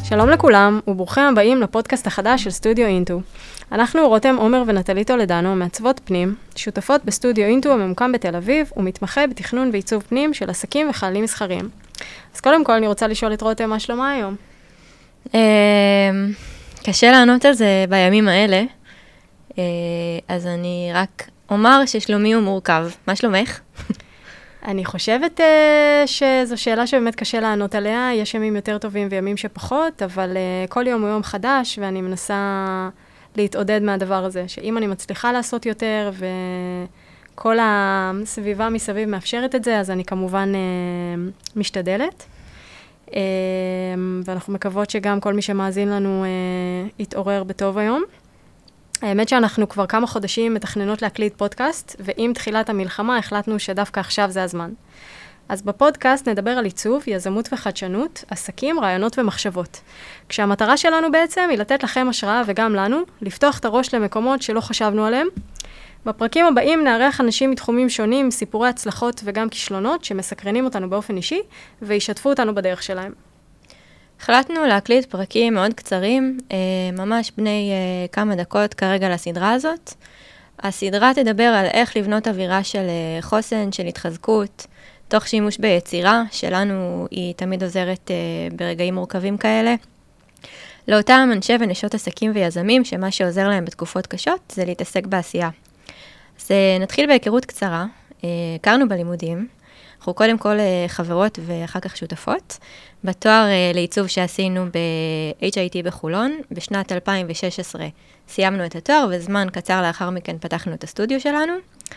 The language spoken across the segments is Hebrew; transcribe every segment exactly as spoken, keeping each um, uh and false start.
שלום לכולם, וברוכים הבאים לפודקאסט החדש של סטודיו אינטו. אנחנו רותם עומר ונטלי טולדנו, מעצבות פנים, שותפות בסטודיו אינטו הממוקם בתל אביב, ומתמחה בתכנון ועיצוב פנים של עסקים וחללים מסחריים. אז קודם כל אני רוצה לשאול את רותם, מה שלומה היום? קשה לענות על זה בימים האלה, אז אני רק אומר ששלומי הוא מורכב. מה שלומך? אני חושבת uh, שזו שאלה שבאמת קשה לענות עליה, יש ימים יותר טובים וימים שפחות, אבל uh, כל יום הוא יום חדש, ואני מנסה להתעודד מהדבר הזה, שאם אני מצליחה לעשות יותר, וכל הסביבה מסביב מאפשרת את זה, אז אני כמובן uh, משתדלת. Uh, ואנחנו מקוות שגם כל מי שמאזין לנו uh, יתעורר בטוב היום. האמת שאנחנו כבר כמה חודשים מתכננות להקליט פודקאסט, ועם תחילת המלחמה החלטנו שדווקא עכשיו זה הזמן. אז בפודקאסט נדבר על עיצוב, יזמות וחדשנות, עסקים, רעיונות ומחשבות. כשהמטרה שלנו בעצם היא לתת לכם השראה וגם לנו, לפתוח את הראש למקומות שלא חשבנו עליהם. בפרקים הבאים נארח אנשים מתחומים שונים, סיפורי הצלחות וגם כישלונות שמסקרנים אותנו באופן אישי, וישתפו אותנו בדרך שלהם. החלטנו להקליט פרקים מאוד קצרים, ממש בני כמה דקות כרגע לסדרה הזאת. הסדרה תדבר על איך לבנות אווירה של חוסן, של התחזקות, תוך שימוש ביצירה, שלנו היא תמיד עוזרת ברגעים מורכבים כאלה. לאותם אנשי ונשות עסקים ויזמים, שמה שעוזר להם בתקופות קשות זה להתעסק בעשייה. אז נתחיל בהיכרות קצרה, הכרנו בלימודים, אנחנו קודם כל חברות ואחר כך שותפות, בתואר לעיצוב שעשינו ב-אייץ' איי טי בחולון, בשנת אלפיים ושש עשרה סיימנו את התואר, וזמן קצר לאחר מכן פתחנו את הסטודיו שלנו.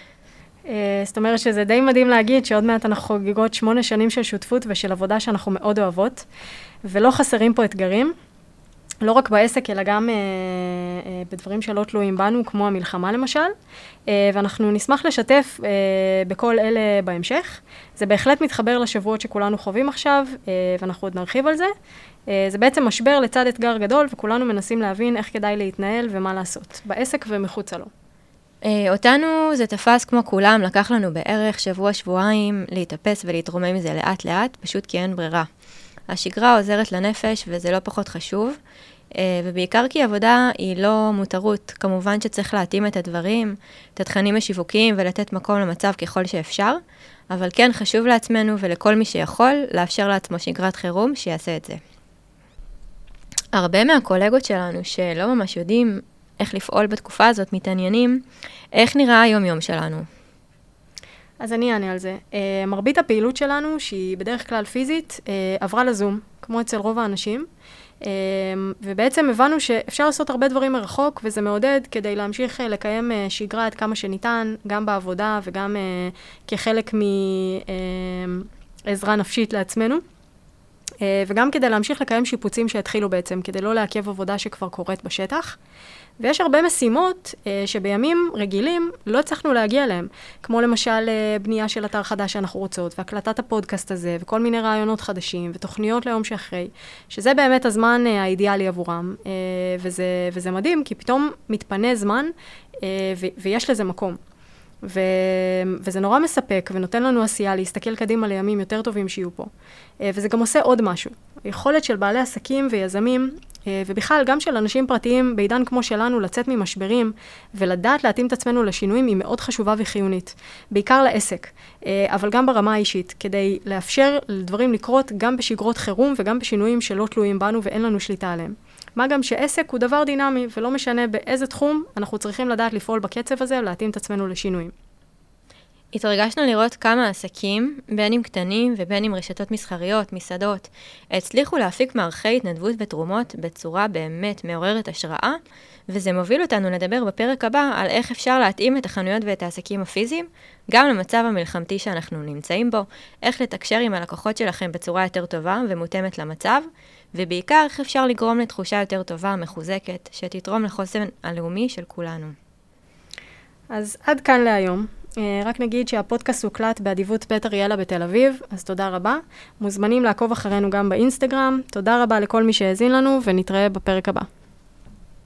זאת אומרת שזה די מדהים להגיד שעוד מעט אנחנו חוגגות שמונה שנים של שותפות ושל עבודה שאנחנו מאוד אוהבות, ולא חסרים פה אתגרים, לא רק בעסק, אלא גם אה, אה, בדברים שלא תלויים בנו, כמו המלחמה למשל, אה, ואנחנו נשמח לשתף אה, בכל אלה בהמשך. זה בהחלט מתחבר לשבועות שכולנו חווים עכשיו, אה, ואנחנו עוד נרחיב על זה. אה, זה בעצם משבר לצד אתגר גדול, וכולנו מנסים להבין איך כדאי להתנהל ומה לעשות, בעסק ומחוצה לו. אה, אותנו זה תפס כמו כולם, לקח לנו בערך שבוע-שבועיים להתאפס ולהתרומם מזה לאט-לאט, פשוט כי אין ברירה. השגרה עוזרת לנפש וזה לא פחות חשוב, ובעיקר כי עבודה היא לא מותרות. כמובן שצריך להתאים את הדברים, את התכנים השיווקיים ולתת מקום למצב ככל שאפשר, אבל כן חשוב לעצמנו ולכל מי שיכול לאפשר לעצמו שגרת חירום שיעשה את זה. הרבה מהקולגות שלנו שלא ממש יודעים איך לפעול בתקופה הזאת מתעניינים, איך נראה היום-יום שלנו. אז אני אענה על זה. Uh, מרבית הפעילות שלנו, שהיא בדרך כלל פיזית, uh, עברה לזום, כמו אצל רוב האנשים, uh, ובעצם הבנו שאפשר לעשות הרבה דברים מרחוק, וזה מעודד כדי להמשיך uh, לקיים uh, שגרה עד כמה שניתן, גם בעבודה וגם uh, כחלק מעזרה uh, נפשית לעצמנו, uh, וגם כדי להמשיך לקיים שיפוצים שהתחילו בעצם, כדי לא לעכב עבודה שכבר קורית בשטח. ויש הרבה משימות אה, שבימים רגילים לא הצלחנו להגיע אליהם, כמו למשל אה, בנייה של אתר חדש שאנחנו רוצות, והקלטת הפודקאסט הזה, וכל מיני רעיונות חדשים, ותוכניות ליום שאחרי, שזה באמת הזמן אה, האידיאלי עבורם, אה, וזה, וזה מדהים, כי פתאום מתפנה זמן, אה, ו- ויש לזה מקום. ו- וזה נורא מספק, ונותן לנו עשייה להסתכל קדימה לימים יותר טובים שיהיו פה. אה, וזה גם עושה עוד משהו. יכולת של בעלי עסקים ויזמים, ובכלל גם של אנשים פרטיים בעידן כמו שלנו לצאת ממשברים ולדעת להתאים את עצמנו לשינויים היא מאוד חשובה וחיונית, בעיקר לעסק, אבל גם ברמה האישית, כדי לאפשר לדברים לקרות גם בשגרות חירום וגם בשינויים שלא תלויים בנו ואין לנו שליטה עליהם. מה גם שעסק הוא דבר דינמי ולא משנה באיזה תחום, אנחנו צריכים לדעת לפעול בקצב הזה ולהתאים את עצמנו לשינויים. התרגשנו לראות כמה עסקים, בין אם קטנים ובין אם רשתות מסחריות, מסעדות, הצליחו להפיק מערכי התנדבות ותרומות בצורה באמת מעוררת השראה, וזה מוביל אותנו לדבר בפרק הבא על איך אפשר להתאים את החנויות ואת העסקים הפיזיים, גם למצב המלחמתי שאנחנו נמצאים בו, איך לתקשר עם הלקוחות שלכם בצורה יותר טובה ומותאמת למצב, ובעיקר איך אפשר לגרום לתחושה יותר טובה, מחוזקת, שתתרום לחוסן הלאומי של כולנו. אז עד כאן להיום. רק נגיד שהפודקאסט הוקלט באדיבות בית אריאלה בתל אביב, אז תודה רבה. מוזמנים לעקוב אחרינו גם באינסטגרם. תודה רבה לכל מי שהאזין לנו, ונתראה בפרק הבא.